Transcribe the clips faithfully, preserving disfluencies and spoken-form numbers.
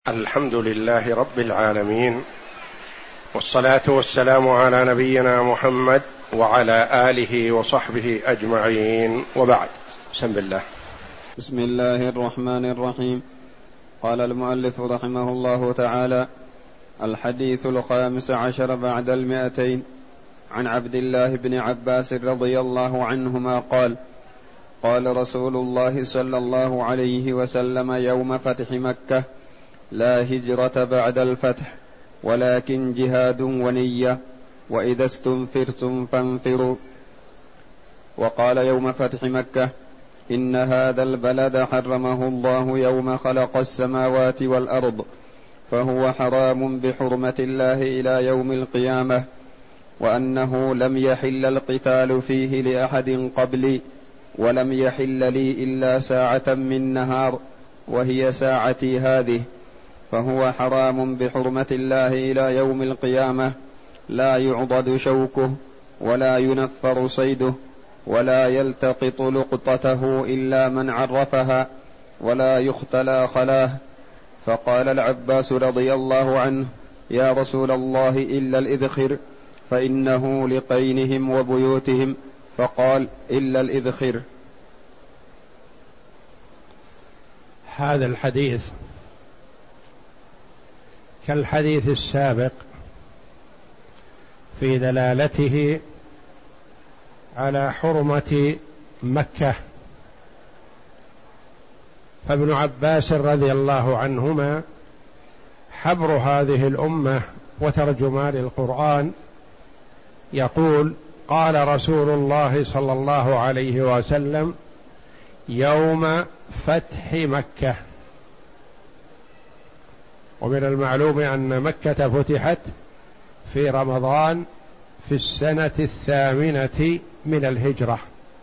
الحمد لله رب العالمين، والصلاة والسلام على نبينا محمد وعلى آله وصحبه أجمعين، وبعد. بسم الله. بسم الله الرحمن الرحيم. قال المؤلف رحمه الله تعالى: الحديث الخامس عشر بعد المئتين. عن عبد الله بن عباس رضي الله عنهما قال: قال رسول الله صلى الله عليه وسلم يوم فتح مكة: لا هجرة بعد الفتح، ولكن جهاد ونية، وإذا استنفرتم فانفروا. وقال يوم فتح مكة: إن هذا البلد حرمه الله يوم خلق السماوات والأرض، فهو حرام بحرمة الله إلى يوم القيامة، وأنه لم يحل القتال فيه لأحد قبلي، ولم يحل لي إلا ساعة من نهار، وهي ساعتي هذه، فهو حرام بحرمة الله إلى يوم القيامة، لا يعضد شوكه، ولا ينفر صيده، ولا يلتقط لقطته إلا من عرفها، ولا يختلى خلاه. فقال العباس رضي الله عنه: يا رسول الله، إلا الإذخر، فإنه لقينهم وبيوتهم. فقال: إلا الإذخر. هذا الحديث كالحديث السابق في دلالته على حرمة مكة، فابن عباس رضي الله عنهما حبر هذه الأمة وترجمان القرآن يقول: قال رسول الله صلى الله عليه وسلم يوم فتح مكة. ومن المعلوم أن مكة فتحت في رمضان في السنة الثامنة من الهجرة.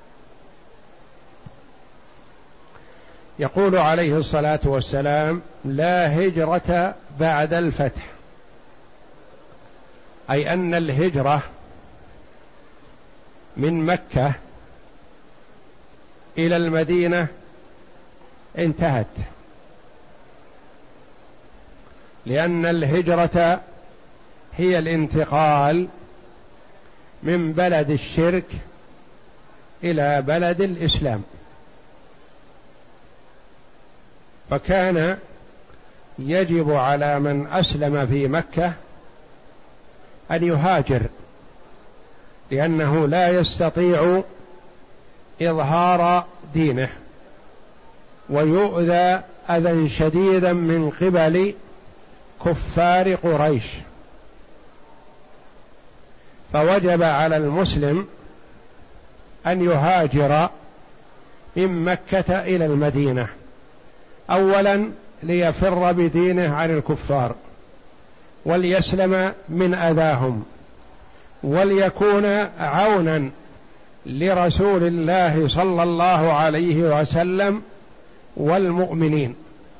يقول عليه الصلاة والسلام: لا هجرة بعد الفتح، أي أن الهجرة من مكة إلى المدينة انتهت، لأن الهجرة هي الانتقال من بلد الشرك إلى بلد الإسلام. فكان يجب على من أسلم في مكة أن يهاجر، لأنه لا يستطيع إظهار دينه، ويؤذى أذى شديدا من قبل كفار قريش. فوجب على المسلم أن يهاجر من مكة إلى المدينة، أولا ليفر بدينه عن الكفار، وليسلم من أذاهم، وليكون عونا لرسول الله صلى الله عليه وسلم والمؤمنين.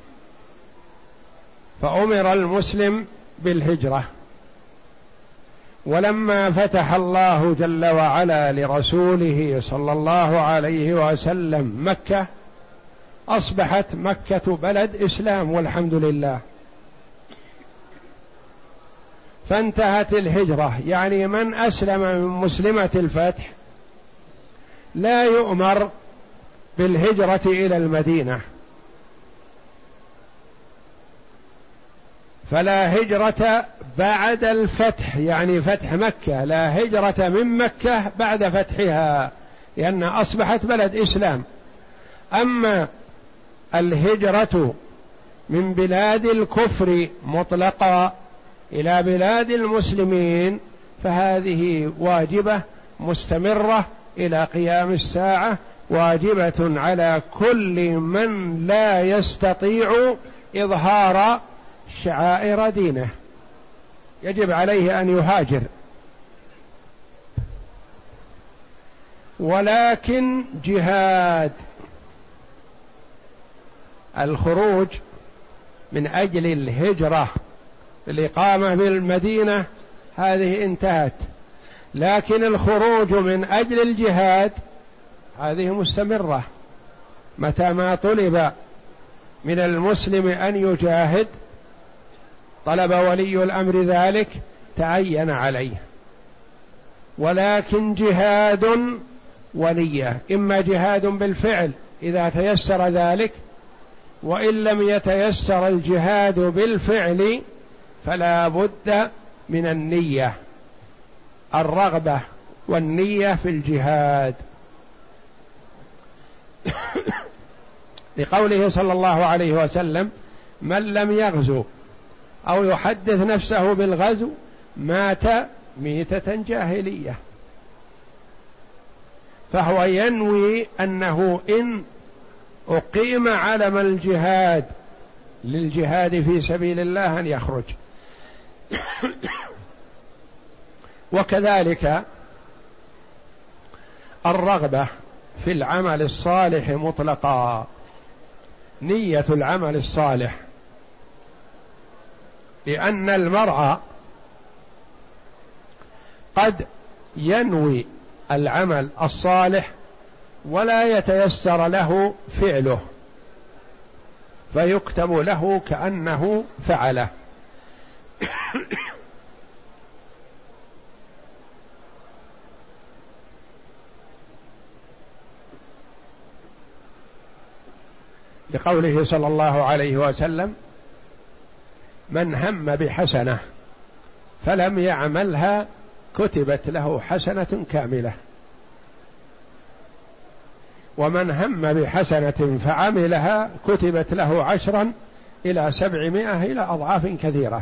فأمر المسلم بالهجرة. ولما فتح الله جل وعلا لرسوله صلى الله عليه وسلم مكة، أصبحت مكة بلد إسلام والحمد لله، فانتهت الهجرة. يعني من أسلم من مسلمة الفتح لا يؤمر بالهجرة إلى المدينة، فلا هجرة بعد الفتح، يعني فتح مكة، لا هجرة من مكة بعد فتحها، لأن أصبحت بلد إسلام. أما الهجرة من بلاد الكفر مطلقة إلى بلاد المسلمين فهذه واجبة مستمرة إلى قيام الساعة، واجبة على كل من لا يستطيع إظهار شعائر دينه، يجب عليه أن يهاجر. ولكن جهاد، الخروج من أجل الهجرة الإقامة بالمدينة هذه انتهت، لكن الخروج من أجل الجهاد هذه مستمرة. متى ما طلب من المسلم أن يجاهد طلب ولي الأمر ذلك تعين عليه، ولكن جهاد ونية، إما جهاد بالفعل إذا تيسر ذلك، وإن لم يتيسر الجهاد بالفعل فلا بد من النية، الرغبة والنية في الجهاد. لقوله صلى الله عليه وسلم: من لم يغزو أو يحدث نفسه بالغزو مات ميتة جاهلية. فهو ينوي أنه إن أقيم علم الجهاد للجهاد في سبيل الله أن يخرج. وكذلك الرغبة في العمل الصالح مطلقا، نية العمل الصالح، لأن المرء قد ينوي العمل الصالح ولا يتيسر له فعله فيكتب له كأنه فعله. لقوله صلى الله عليه وسلم: من هم بحسنة فلم يعملها كتبت له حسنة كاملة، ومن هم بحسنة فعملها كتبت له عشرا إلى سبعمائة إلى أضعاف كثيرة.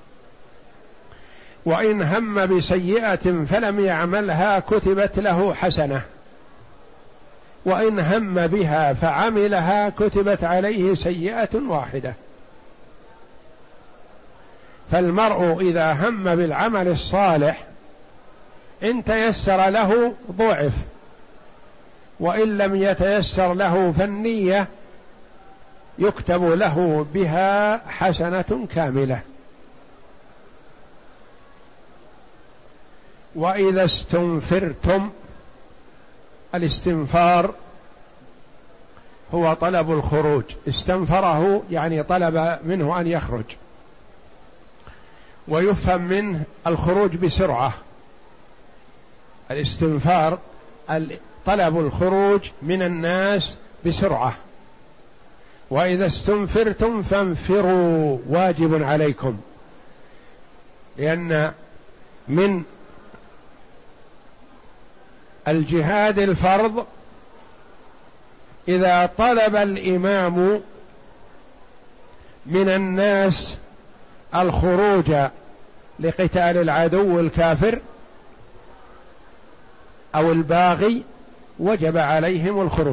وإن هم بسيئة فلم يعملها كتبت له حسنة، وإن هم بها فعملها كتبت عليه سيئة واحدة. فالمرء إذا هم بالعمل الصالح إن تيسر له ضعف، وإن لم يتيسر له فالنية يكتب له بها حسنة كاملة. وإذا استنفرتم، الاستنفار هو طلب الخروج، استنفره يعني طلب منه أن يخرج، ويفهم منه الخروج بسرعة. الاستنفار طلب الخروج من الناس بسرعة. وإذا استنفرتم فانفروا واجب عليكم، لأن من الجهاد الفرض إذا طلب الإمام من الناس الخروج لقتال العدو الكافر أو الباغي وجب عليهم الخروج.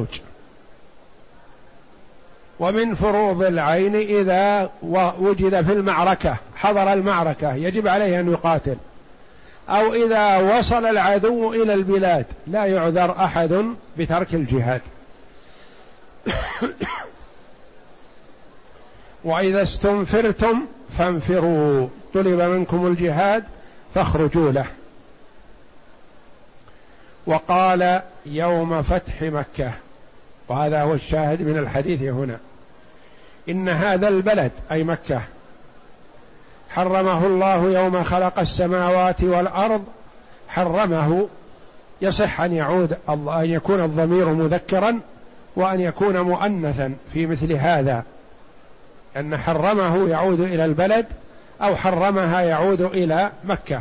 ومن فروض العين إذا وجد في المعركة، حضر المعركة، يجب عليه أن يقاتل، أو إذا وصل العدو إلى البلاد لا يعذر أحد بترك الجهاد. وإذا استنفرتم فانفروا، طلب منكم الجهاد فاخرجوا له. وقال يوم فتح مكة، وهذا هو الشاهد من الحديث هنا، إن هذا البلد أي مكة حرمه الله يوم خلق السماوات والأرض، حرمه يصح أن يعود أن يكون الضمير مذكرا وأن يكون مؤنثا في مثل هذا، أن حرمه يعود إلى البلد أو حرمها يعود إلى مكة.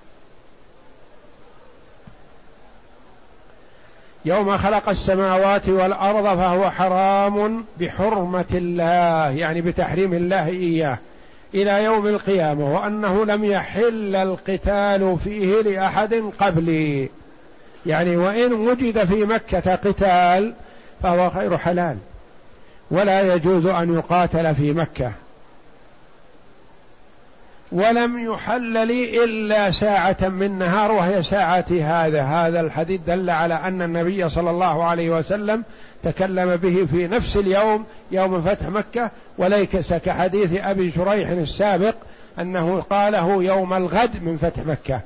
يوم خلق السماوات والأرض فهو حرام بحرمة الله، يعني بتحريم الله إياه إلى يوم القيامة، وأنه لم يحل القتال فيه لأحد قبلي، يعني وإن وجد في مكة قتال فهو غير حلال، ولا يجوز أن يقاتل في مكة. ولم يحل لي إلا ساعة من نهار وهي ساعة هذا. هذا الحديث دل على أن النبي صلى الله عليه وسلم تكلم به في نفس اليوم، يوم فتح مكة، وليس كحديث أبي شريح السابق أنه قاله يوم الغد من فتح مكة.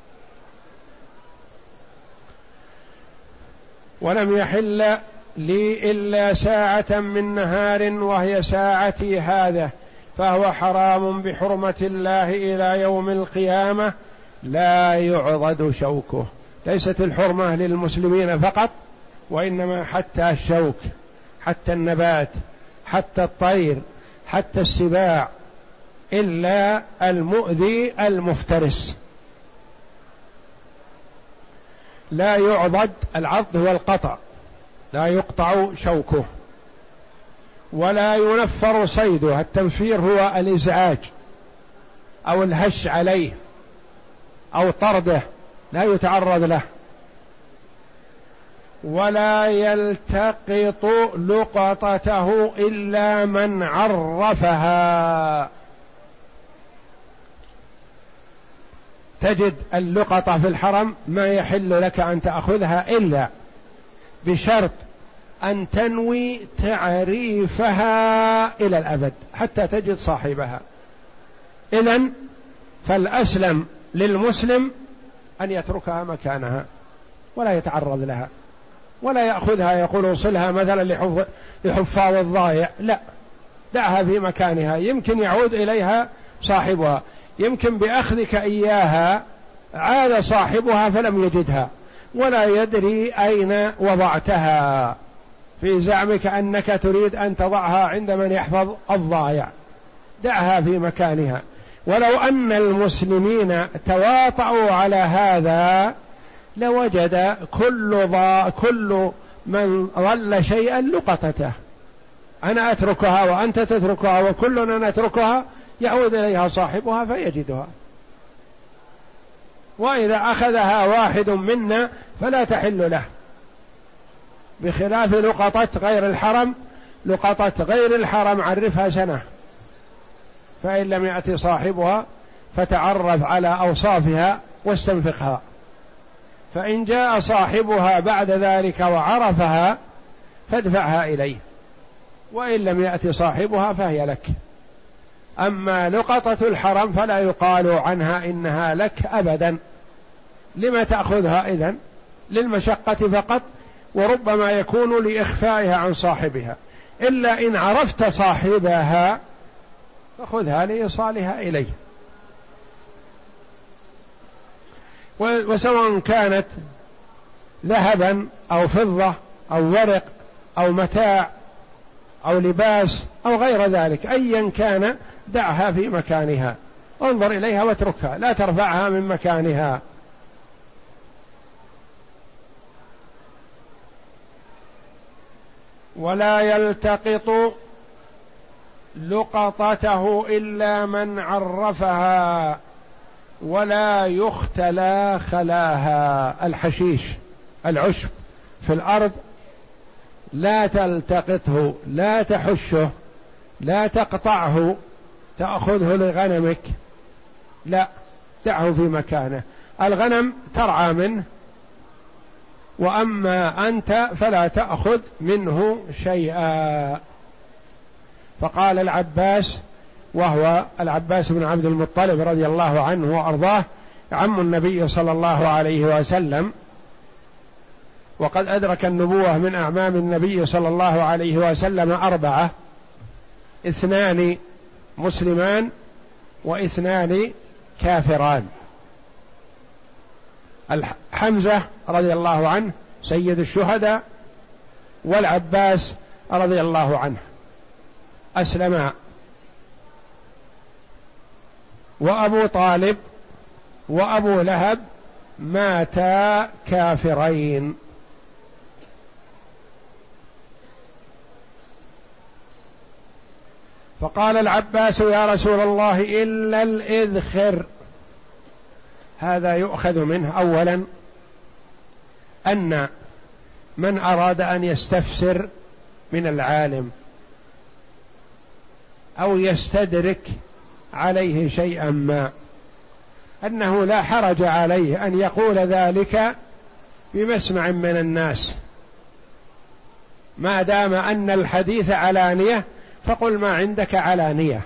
ولم يحل لي إلا ساعة من نهار وهي ساعتي هذا، فهو حرام بحرمة الله إلى يوم القيامة لا يعضد شوكه. ليست الحرمة للمسلمين فقط، وإنما حتى الشوك، حتى النبات، حتى الطير، حتى السباع، إلا المؤذي المفترس لا يعضد. العض هو القطع، لا يقطع شوكه، ولا ينفر صيده. التنفير هو الإزعاج أو الهش عليه أو طرده، لا يتعرض له. ولا يلتقط لقطته إلا من عرفها. تجد اللقطة في الحرم ما يحل لك أن تأخذها إلا بشرط أن تنوي تعريفها إلى الأبد حتى تجد صاحبها. إذن فالأسلم للمسلم أن يتركها مكانها ولا يتعرض لها، ولا يأخذها يقول وصلها مثلا لحفاظ الضائع، لا، دعها في مكانها، يمكن يعود إليها صاحبها، يمكن بأخذك إياها عاد صاحبها فلم يجدها ولا يدري أين وضعتها، في زعمك أنك تريد أن تضعها عند من يحفظ الضائع. دعها في مكانها. ولو أن المسلمين تواطؤوا على هذا لوجد كل ضا كل من ضل شيئا لقطته. أنا أتركها وأنت تتركها وكلنا نتركها، يعود إليها صاحبها فيجدها. وإذا أخذها واحد منا فلا تحل له، بخلاف لقطة غير الحرم. لقطة غير الحرم عرفها سنة، فإن لم يأتي صاحبها فتعرف على أوصافها واستنفقها، فإن جاء صاحبها بعد ذلك وعرفها فادفعها إليه، وإن لم يأتي صاحبها فهي لك. أما لقطة الحرم فلا يقال عنها إنها لك أبدا. لما تأخذها إذن؟ للمشقة فقط، وربما يكون لإخفائها عن صاحبها، إلا إن عرفت صاحبها فخذها لإيصالها إليه. وسواء كانت ذهبا أو فضة أو ورق أو متاع أو لباس أو غير ذلك، أيا كان دعها في مكانها، انظر إليها واتركها، لا ترفعها من مكانها. ولا يلتقط لقطته إلا من عرفها، ولا يختلى خلاها. الحشيش العشب في الأرض لا تلتقطه، لا تحشه، لا تقطعه تأخذه لغنمك، لا، دعه في مكانه. الغنم ترعى منه، وأما أنت فلا تأخذ منه شيئا. فقال العباس، وهو العباس بن عبد المطلب رضي الله عنه وأرضاه، عم النبي صلى الله عليه وسلم، وقد أدرك النبوة من أعمام النبي صلى الله عليه وسلم أربعة: اثنان مسلمان واثنان كافران. حمزة رضي الله عنه سيد الشهداء، والعباس رضي الله عنه أسلما، وأبو طالب وأبو لهب ماتا كافرين. فقال العباس: يا رسول الله إلا الإذخر. هذا يؤخذ منه أولا أن من أراد أن يستفسر من العالم أو يستدرك عليه شيئا ما، أنه لا حرج عليه أن يقول ذلك بمسمع من الناس، ما دام أن الحديث علانية فقل ما عندك علانية.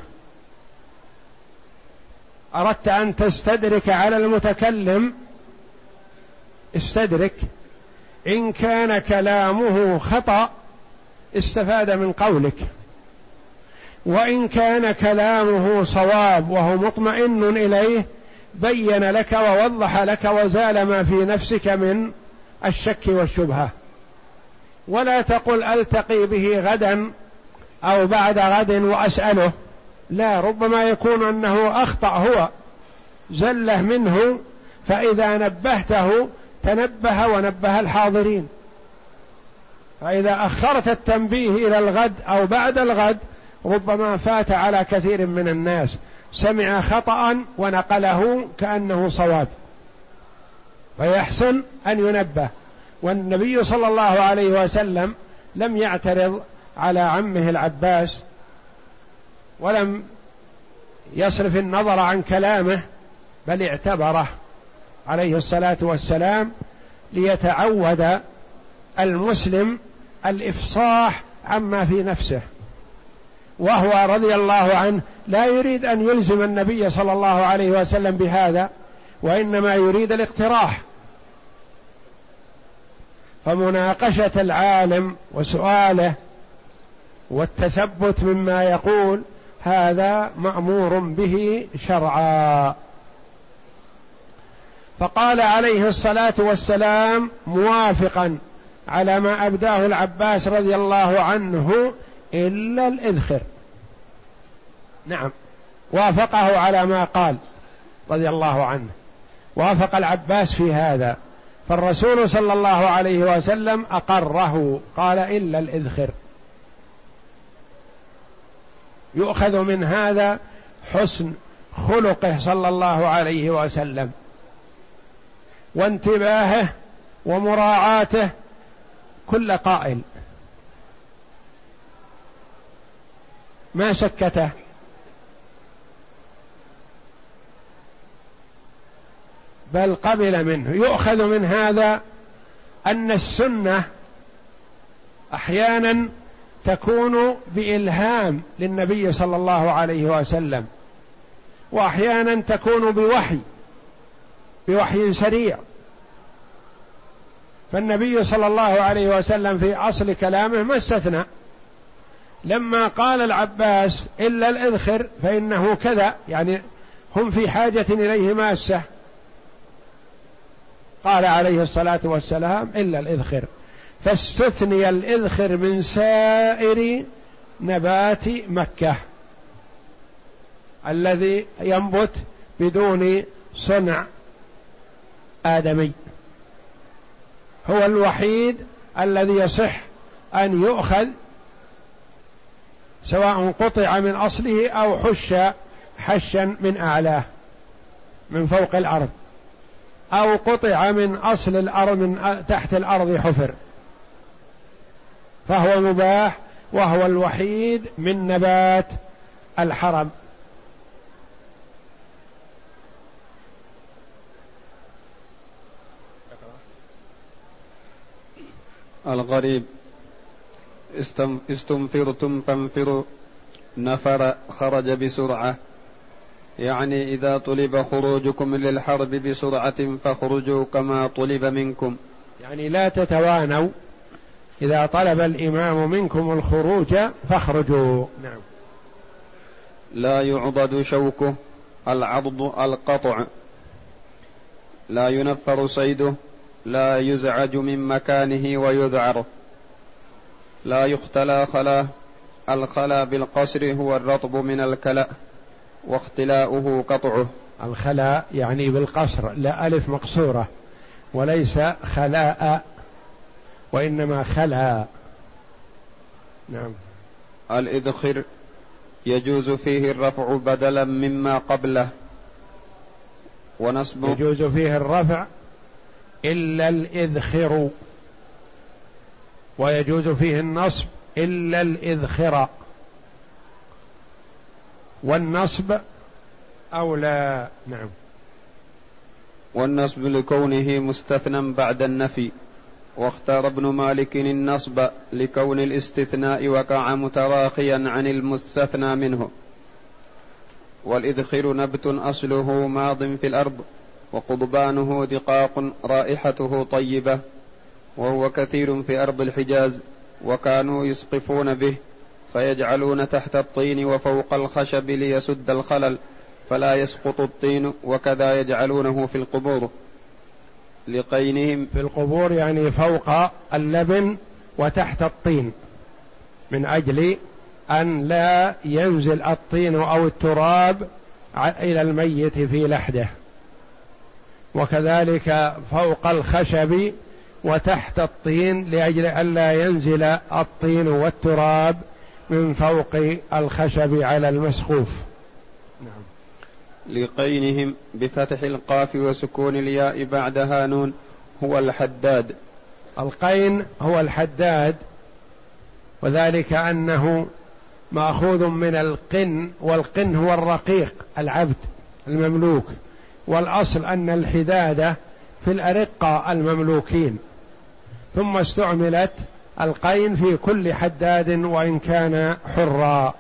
أردت أن تستدرك على المتكلم استدرك، إن كان كلامه خطأ استفاد من قولك، وإن كان كلامه صواب وهو مطمئن إليه بين لك ووضح لك وزال ما في نفسك من الشك والشبهة. ولا تقل ألتقي به غدا أو بعد غد وأسأله، لا، ربما يكون أنه أخطأ، هو زله منه، فإذا نبهته تنبه ونبه الحاضرين. فإذا أخرت التنبيه إلى الغد أو بعد الغد ربما فات على كثير من الناس، سمع خطأ ونقله كأنه صواب، فيحسن أن ينبه. والنبي صلى الله عليه وسلم لم يعترض على عمه العباس ولم يصرف النظر عن كلامه، بل اعتبره عليه الصلاة والسلام ليتعود المسلم الإفصاح عما في نفسه. وهو رضي الله عنه لا يريد أن يلزم النبي صلى الله عليه وسلم بهذا، وإنما يريد الاقتراح. فمناقشة العالم وسؤاله والتثبت مما يقول هذا مأمور به شرعا. فقال عليه الصلاة والسلام موافقا على ما أبداه العباس رضي الله عنه إلا الإذخر. نعم، وافقه على ما قال رضي الله عنه، وافق العباس في هذا، فالرسول صلى الله عليه وسلم أقره، قال إلا الإذخر. يؤخذ من هذا حسن خلقه صلى الله عليه وسلم وانتباهه ومراعاته كل قائل، ما سكته، بل قبل منه. يؤخذ من هذا أن السنة أحيانا تكون بإلهام للنبي صلى الله عليه وسلم، وأحيانا تكون بوحي بوحي سريع. فالنبي صلى الله عليه وسلم في أصل كلامه ما استثنى، لما قال العباس إلا الإذخر فإنه كذا، يعني هم في حاجة إليه ماسة، قال عليه الصلاة والسلام إلا الإذخر، فاستثني الإذخر من سائر نبات مكة الذي ينبت بدون صنع آدمي، هو الوحيد الذي يصح أن يؤخذ سواء قطع من أصله أو حش حشا من أعلاه من فوق الأرض، أو قطع من أصل الأرض من تحت الأرض حفر، فهو مباح، وهو الوحيد من نبات الحرم. الغريب استنفرتم فانفروا، نفر خرج بسرعة، يعني إذا طلب خروجكم للحرب بسرعة فاخرجوا كما طلب منكم، يعني لا تتوانوا، إذا طلب الإمام منكم الخروج فاخرجوا. نعم. لا يعضد شوكه، العضد القطع، لا ينفر صيده، لا يزعج من مكانه ويذعر، لا يختلى خلاه، الخلا بالقصر هو الرطب من الكلأ واختلاؤه قطعه. الخلاء يعني بالقصر، لا ألف مقصورة، وليس خلاء وإنما خلا. نعم. الإذخر يجوز فيه الرفع بدلا مما قبله ونصب، يجوز فيه الرفع إلا الإذخر، ويجوز فيه النصب إلا الإذخر، والنصب أولى. نعم. والنصب لكونه مستثنى بعد النفي، واختار ابن مالك النصب لكون الاستثناء وقع متراخيا عن المستثنى منه. والإذخر نبت أصله ماض في الأرض، وقضبانه دقاق رائحته طيبة، وهو كثير في أرض الحجاز، وكانوا يسقفون به فيجعلون تحت الطين وفوق الخشب ليسد الخلل فلا يسقط الطين، وكذا يجعلونه في القبور لقينهم. في القبور يعني فوق اللبن وتحت الطين، من أجل أن لا ينزل الطين أو التراب إلى الميت في لحده، وكذلك فوق الخشب وتحت الطين لأجل أن لا ينزل الطين والتراب من فوق الخشب على المسقوف. نعم. لقينهم بفتح القاف وسكون الياء بعدها نون هو الحداد. القين هو الحداد، وذلك أنه مأخوذ من القن، والقن هو الرقيق العبد المملوك، والأصل أن الحدادة في الأرقة المملوكين، ثم استعملت القين في كل حداد وإن كان حرا.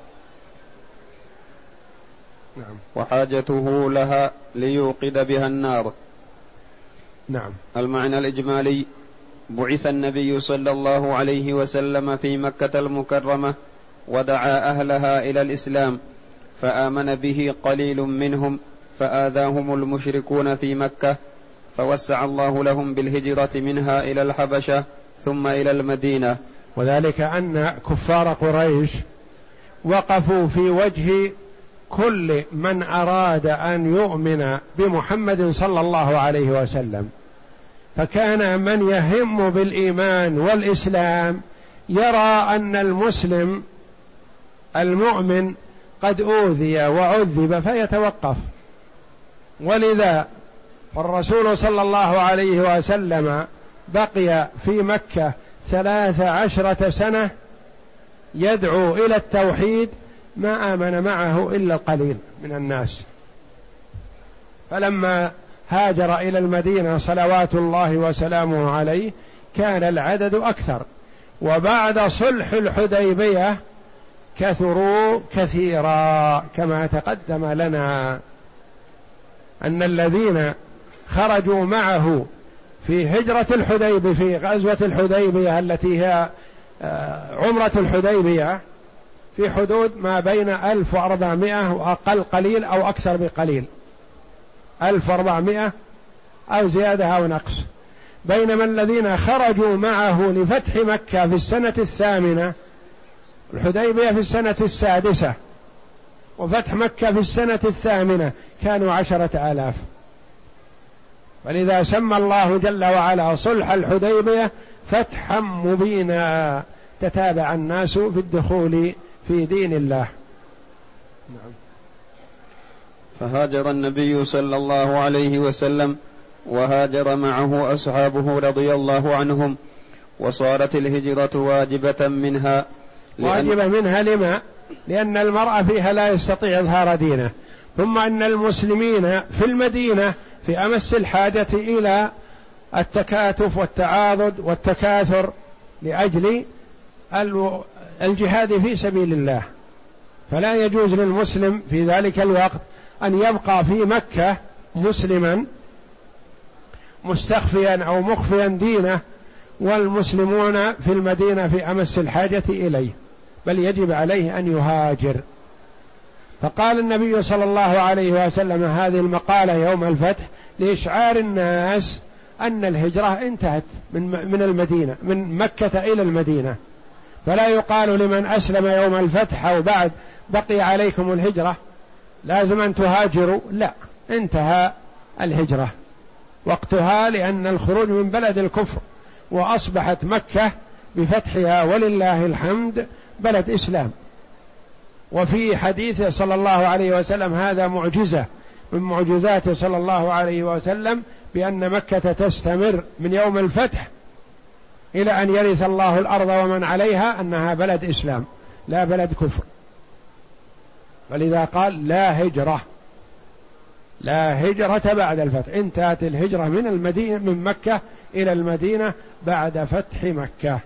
نعم. وحاجته لها ليوقد بها النار. نعم. المعنى الإجمالي: بعث النبي صلى الله عليه وسلم في مكة المكرمة ودعا أهلها إلى الإسلام، فآمن به قليل منهم، فآذاهم المشركون في مكة، فوسع الله لهم بالهجرة منها إلى الحبشة ثم إلى المدينة. وذلك أن كفار قريش وقفوا في وجه كل من أراد أن يؤمن بمحمد صلى الله عليه وسلم، فكان من يهم بالإيمان والإسلام يرى أن المسلم المؤمن قد أوذي وعذب فيتوقف. ولذا الرسول صلى الله عليه وسلم بقي في مكة ثلاث عشرة سنة يدعو إلى التوحيد، ما آمن معه إلا القليل من الناس. فلما هاجر إلى المدينة صلوات الله وسلامه عليه كان العدد أكثر، وبعد صلح الحديبية كثروا كثيرا، كما تقدم لنا أن الذين خرجوا معه في هجرة الحديبية في غزوة الحديبية التي هي عمرة الحديبية في حدود ما بين ألف وأربعمائة وأقل قليل أو أكثر بقليل، ألف وأربعمائة أو زيادة أو نقص، بينما الذين خرجوا معه لفتح مكة في السنة الثامنة، الحديبية في السنة السادسة وفتح مكة في السنة الثامنة، كانوا عشرة آلاف. ولذا سمى الله جل وعلا صلح الحديبية فتحا مبينا، تتابع الناس في الدخول في دين الله. نعم. فهاجر النبي صلى الله عليه وسلم وهاجر معه أصحابه رضي الله عنهم، وصارت الهجرة واجبة منها. واجبة منها لما؟ لأن المرأة فيها لا يستطيع إظهار دينه، ثم أن المسلمين في المدينة في أمس الحاجة إلى التكاتف والتعاضد والتكاثر لأجل الجهاد في سبيل الله، فلا يجوز للمسلم في ذلك الوقت أن يبقى في مكة مسلما مستخفيا أو مخفيا دينه والمسلمون في المدينة في أمس الحاجة إليه، بل يجب عليه أن يهاجر. فقال النبي صلى الله عليه وسلم هذه المقالة يوم الفتح لإشعار الناس أن الهجرة انتهت من من المدينة، من مكة إلى المدينة، فلا يقال لمن أسلم يوم الفتح أو بعد بقي عليكم الهجرة لازم أن تهاجروا، لا، انتهى الهجرة وقتها، لأن الخروج من بلد الكفر، وأصبحت مكة بفتحها ولله الحمد بلد إسلام. وفي حديثه صلى الله عليه وسلم هذا معجزة من معجزاته صلى الله عليه وسلم، بأن مكة تستمر من يوم الفتح إلى أن يرث الله الأرض ومن عليها أنها بلد إسلام لا بلد كفر. ولذا قال لا هجرة، لا هجرة بعد الفتح، انتهت الهجرة من المدينة من مكة إلى المدينة بعد فتح مكة.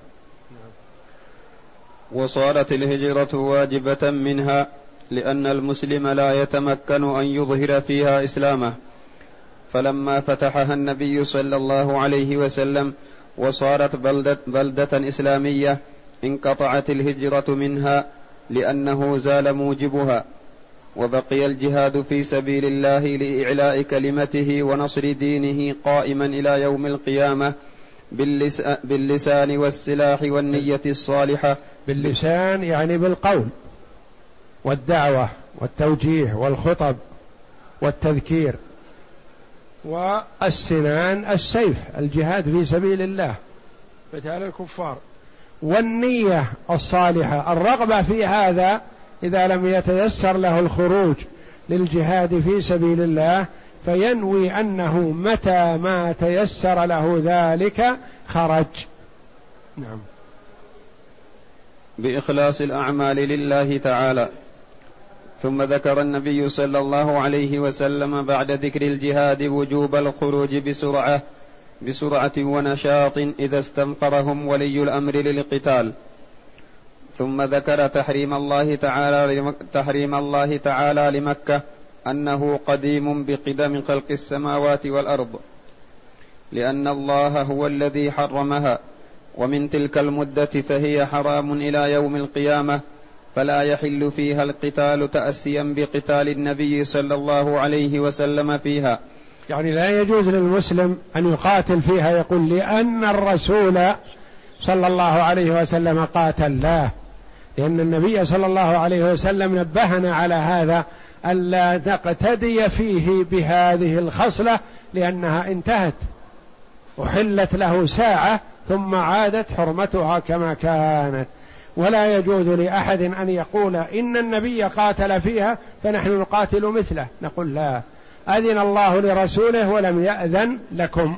وصارت الهجرة واجبة منها لأن المسلم لا يتمكن أن يظهر فيها إسلامه، فلما فتحها النبي صلى الله عليه وسلم وصارت بلدة, بلدة إسلامية انقطعت الهجرة منها لأنه زال موجبها، وبقي الجهاد في سبيل الله لإعلاء كلمته ونصر دينه قائما إلى يوم القيامة باللسان والسلاح والنية الصالحة. باللسان يعني بالقول والدعوة والتوجيه والخطب والتذكير، والسنان السيف الجهاد في سبيل الله قتال الكفار، والنية الصالحة الرغبة في هذا إذا لم يتيسر له الخروج للجهاد في سبيل الله فينوي أنه متى ما تيسر له ذلك خرج. نعم. بإخلاص الأعمال لله تعالى. ثم ذكر النبي صلى الله عليه وسلم بعد ذكر الجهاد وجوب الخروج بسرعة بسرعة ونشاط إذا استنفرهم ولي الأمر للقتال. ثم ذكر تحريم الله تعالى تحريم الله تعالى لمكة أنه قديم بقدم خلق السماوات والأرض، لأن الله هو الذي حرمها، ومن تلك المدة فهي حرام إلى يوم القيامة، فلا يحل فيها القتال تأسيا بقتال النبي صلى الله عليه وسلم فيها. يعني لا يجوز للمسلم أن يقاتل فيها يقول لأن الرسول صلى الله عليه وسلم قاتل، لا، لأن النبي صلى الله عليه وسلم نبهنا على هذا ألا نقتدي فيه بهذه الخصلة لأنها انتهت وحلت له ساعة ثم عادت حرمتها كما كانت. ولا يجوز لأحد أن يقول إن النبي قاتل فيها فنحن نقاتل مثله، نقول لا، أذن الله لرسوله ولم يأذن لكم.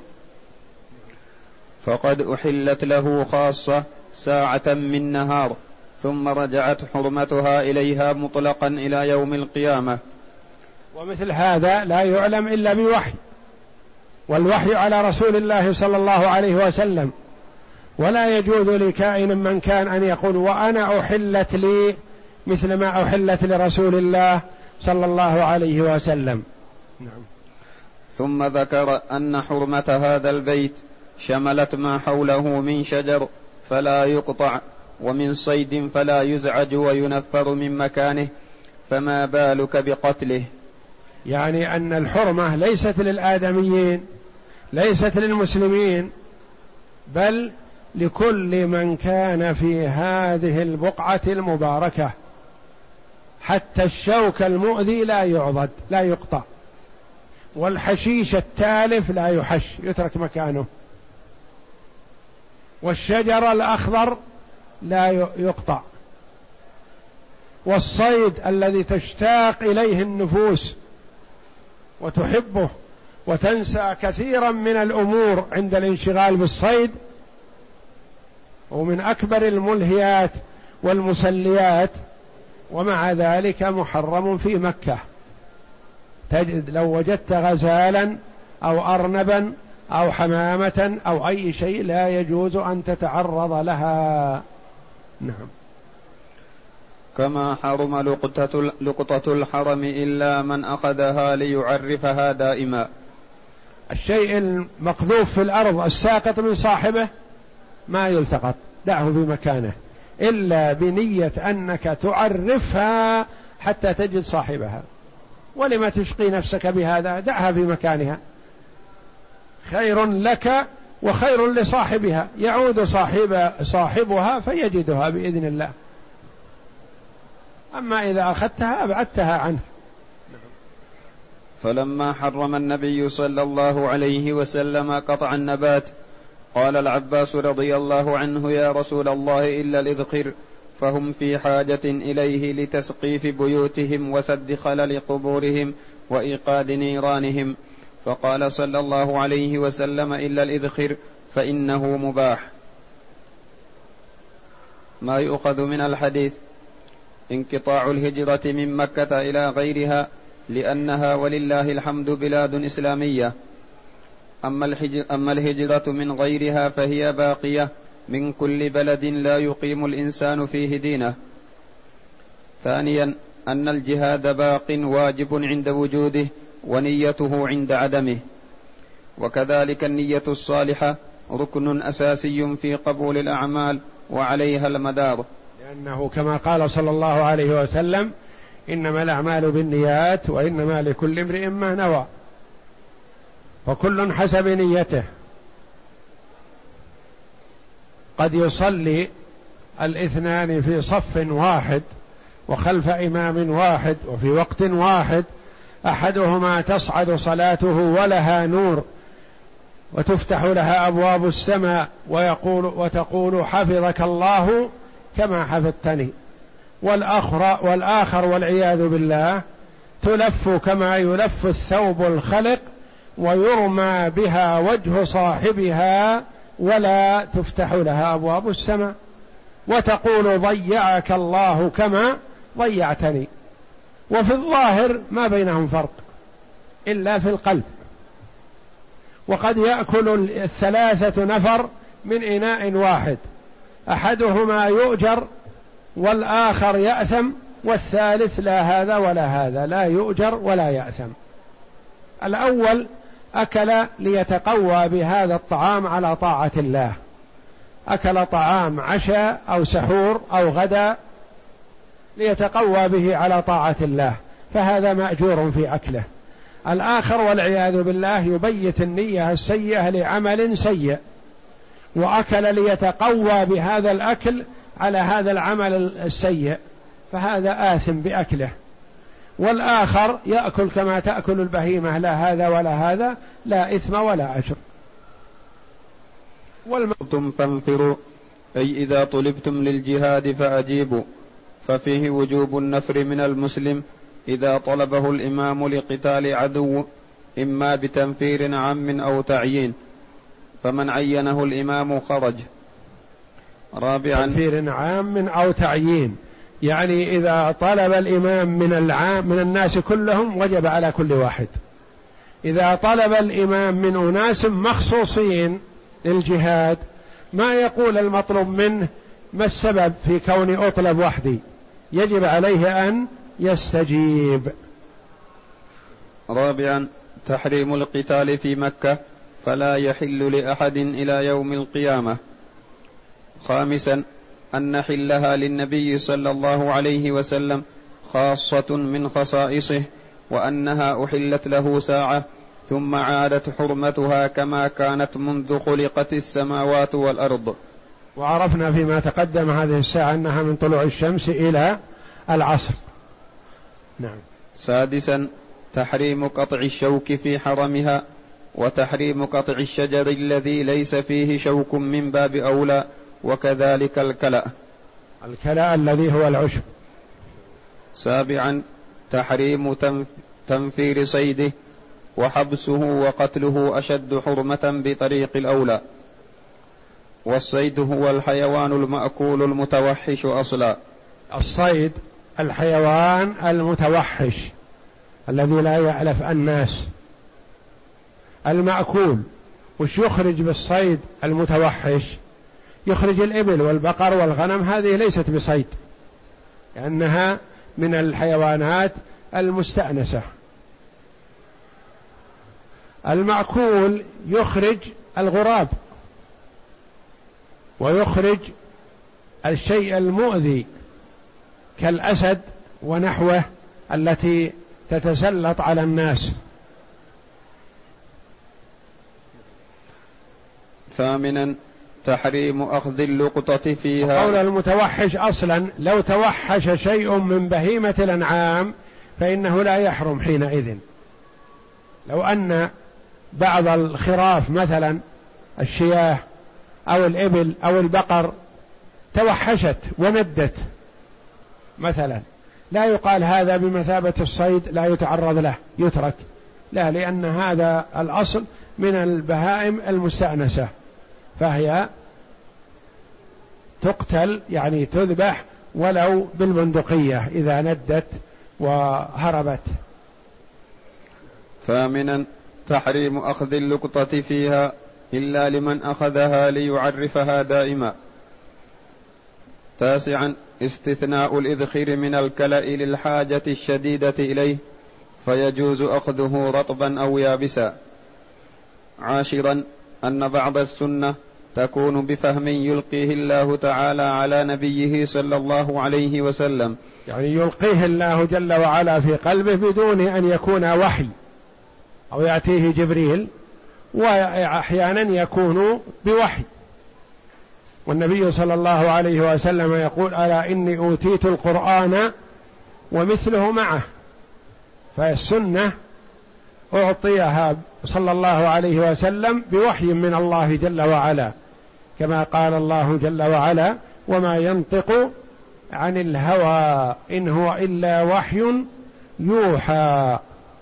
فقد أحلت له خاصة ساعة من نهار ثم رجعت حرمتها إليها مطلقا إلى يوم القيامة. ومثل هذا لا يعلم إلا بوحي، والوحي على رسول الله صلى الله عليه وسلم، ولا يجوز لكائن من كان أن يقول وأنا أحلت لي مثل ما أحلت لرسول الله صلى الله عليه وسلم. نعم. ثم ذكر أن حرمة هذا البيت شملت ما حوله من شجر فلا يقطع، ومن صيد فلا يزعج وينفر من مكانه، فما بالك بقتله. يعني أن الحرمة ليست للآدميين، ليست للمسلمين، بل لكل من كان في هذه البقعة المباركة، حتى الشوك المؤذي لا يعضد لا يقطع، والحشيش التالف لا يحش يترك مكانه، والشجر الأخضر لا يقطع، والصيد الذي تشتاق إليه النفوس وتحبه وتنسى كثيرا من الأمور عند الانشغال بالصيد، ومن أكبر الملهيات والمسليات، ومع ذلك محرم في مكة. تجد لو وجدت غزالا أو أرنبا أو حمامة أو أي شيء لا يجوز أن تتعرض لها. نعم. كما حرم لقطة, لقطة الحرم إلا من أخذها ليعرفها دائما. الشيء المقذوف في الأرض الساقط من صاحبه ما يلتقط، دعه في مكانه إلا بنية أنك تعرفها حتى تجد صاحبها. ولما تشقي نفسك بهذا؟ دعها في مكانها، خير لك وخير لصاحبها، يعود صاحب صاحبها فيجدها بإذن الله. أما إذا أخذتها أبعدتها عنه. فلما حرم النبي صلى الله عليه وسلم قطع النبات قال العباس رضي الله عنه يا رسول الله إلا الإذخر فهم في حاجة إليه لتسقيف بيوتهم وسد خلل قبورهم وإيقاد نيرانهم، فقال صلى الله عليه وسلم إلا الإذخر فإنه مباح. ما يؤخذ من الحديث: انقطاع الهجرة من مكة إلى غيرها لأنها ولله الحمد بلاد إسلامية، أما الهجرة من غيرها فهي باقية من كل بلد لا يقيم الإنسان فيه دينه. ثانيا أن الجهاد باق واجب عند وجوده ونيته عند عدمه، وكذلك النية الصالحة ركن أساسي في قبول الأعمال وعليها المدار. لأنه كما قال صلى الله عليه وسلم إنما الأعمال بالنيات وإنما لكل امرئ ما نوى، فكل حسب نيته. قد يصلي الاثنان في صف واحد وخلف إمام واحد وفي وقت واحد، أحدهما تصعد صلاته ولها نور وتفتح لها أبواب السماء ويقول وتقول حفظك الله كما حفظتني، والآخر والآخر والعياذ بالله تلف كما يلف الثوب الخلق ويرمى بها وجه صاحبها ولا تفتح لها أبواب السماء، وتقول ضيعك الله كما ضيعتني. وفي الظاهر ما بينهم فرق إلا في القلب. وقد يأكل الثلاثة نفر من إناء واحد، أحدهما يؤجر والآخر يأثم، والثالث لا هذا ولا هذا، لا يؤجر ولا يأثم. الأول أكل ليتقوى بهذا الطعام على طاعة الله، أكل طعام عشاء أو سحور أو غدا ليتقوى به على طاعة الله، فهذا مأجور في أكله. الآخر والعياذ بالله يبيت النية السيئة لعمل سيء، وأكل ليتقوى بهذا الأكل على هذا العمل السيء، فهذا آثم بأكله. والآخر يأكل كما تأكل البهيمة، لا هذا ولا هذا، لا إثم ولا أجر. والمطلوب فانفروا، أي إذا طلبتم للجهاد فأجيبوا، ففيه وجوب النفر من المسلم إذا طلبه الإمام لقتال عدو، إما بتنفير عام أو تعيين، فمن عينه الإمام خرج. رابعا تنفير عام أو تعيين، يعني إذا طلب الإمام من العام من الناس كلهم وجب على كل واحد. إذا طلب الإمام من أناس مخصوصين للجهاد ما يقول المطلوب منه ما السبب في كوني أطلب وحدي، يجب عليه أن يستجيب. رابعا تحريم القتال في مكة، فلا يحل لأحد إلى يوم القيامة. خامسا أن حلها للنبي صلى الله عليه وسلم خاصة من خصائصه، وأنها أحلت له ساعة ثم عادت حرمتها كما كانت منذ خلقت السماوات والأرض. وعرفنا فيما تقدم هذه الساعة أنها من طلوع الشمس إلى العصر. نعم. سادسا تحريم قطع الشوك في حرمها، وتحريم قطع الشجر الذي ليس فيه شوك من باب أولى، وكذلك الكلأ. الكلأ الذي هو العشب. سابعا تحريم تنفير صيده، وحبسه وقتله أشد حرمة بطريق الأولى. والصيد هو الحيوان المأكول المتوحش أصلا. الصيد الحيوان المتوحش الذي لا يعلف الناس. المأكول وش يخرج بالصيد المتوحش؟ يخرج الإبل والبقر والغنم، هذه ليست بصيد لأنها من الحيوانات المستأنسة. المأكول يخرج الغراب ويخرج الشيء المؤذي كالأسد ونحوه التي تتسلط على الناس. ثامنا تحريم أخذ اللقطة فيها. قول المتوحش أصلا لو توحش شيء من بهيمة الأنعام فإنه لا يحرم حينئذ. لو أن بعض الخراف مثلا الشياه أو الإبل أو البقر توحشت وندت مثلا، لا يقال هذا بمثابة الصيد لا يتعرض له يترك، لا، لأن هذا الأصل من البهائم المستأنسة، فهي تقتل يعني تذبح ولو بالبندقية إذا ندت وهربت. ثامنا تحريم أخذ اللقطة فيها إلا لمن أخذها ليعرفها دائما. تاسعا استثناء الإذخر من الكلأ للحاجة الشديدة إليه، فيجوز أخذه رطبا أو يابسا. عاشرا أن بعض السنة تكون بفهم يلقيه الله تعالى على نبيه صلى الله عليه وسلم، يعني يلقيه الله جل وعلا في قلبه بدون أن يكون وحي أو يأتيه جبريل، وأحيانا يكون بوحي. والنبي صلى الله عليه وسلم يقول: ألا إني أوتيت القرآن ومثله معه. فالسنة أعطيها صلى الله عليه وسلم بوحي من الله جل وعلا، كما قال الله جل وعلا: وما ينطق عن الهوى إن هو إلا وحي يوحى.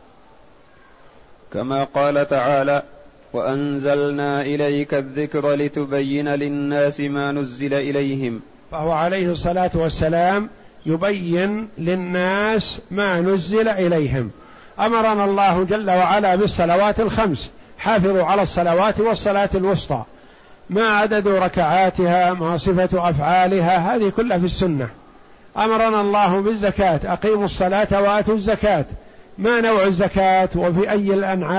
كما قال تعالى: وأنزلنا إليك الذكر لتبين للناس ما نزل إليهم. فهو عليه الصلاة والسلام يبين للناس ما نزل إليهم. أمرنا الله جل وعلا بالصلوات الخمس: حافظوا على الصلوات والصلاة الوسطى، ما عدد ركعاتها، ما صفة أفعالها، هذه كلها في السنة. أمرنا الله بالزكاة: أقيموا الصلاة وآتوا الزكاة، ما نوع الزكاة وفي أي